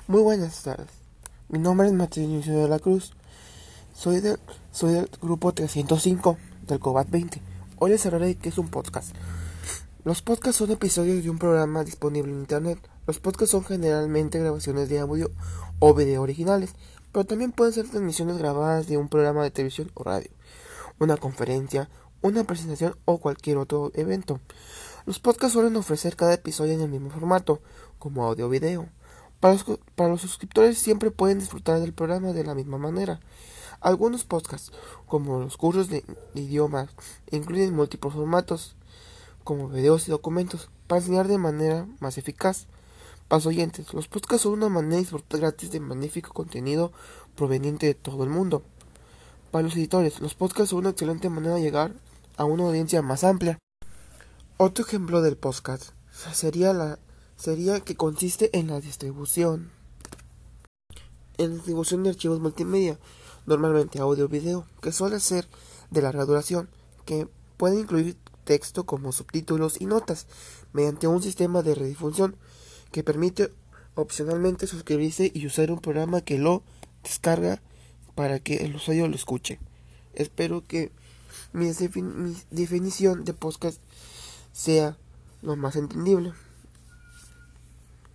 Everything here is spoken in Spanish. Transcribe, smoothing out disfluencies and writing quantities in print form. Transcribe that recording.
Muy buenas tardes. Mi nombre es Mateo Inicio de la Cruz. Soy del, soy del grupo 305 del COBAT 20. Hoy les hablaré de qué es un podcast. Los podcasts son episodios de un programa disponible en internet. Los podcasts son generalmente grabaciones de audio o video originales, pero también pueden ser transmisiones grabadas de un programa de televisión o radio, una conferencia, una presentación o cualquier otro evento. Los podcasts suelen ofrecer cada episodio en el mismo formato, como audio o video. Para los suscriptores siempre pueden disfrutar del programa de la misma manera. Algunos podcasts, como los cursos de idiomas, incluyen múltiples formatos, como videos y documentos, para enseñar de manera más eficaz. Para los oyentes, los podcasts son una manera de disfrutar gratis de magnífico contenido proveniente de todo el mundo. Para los editores, los podcasts son una excelente manera de llegar a una audiencia más amplia. Otro ejemplo del podcast sería que consiste en la distribución de archivos multimedia, normalmente audio o video, que suele ser de larga duración, que puede incluir texto como subtítulos y notas, mediante un sistema de redifusión que permite opcionalmente suscribirse y usar un programa que lo descarga para que el usuario lo escuche. Espero que mi definición de podcast sea lo más entendible.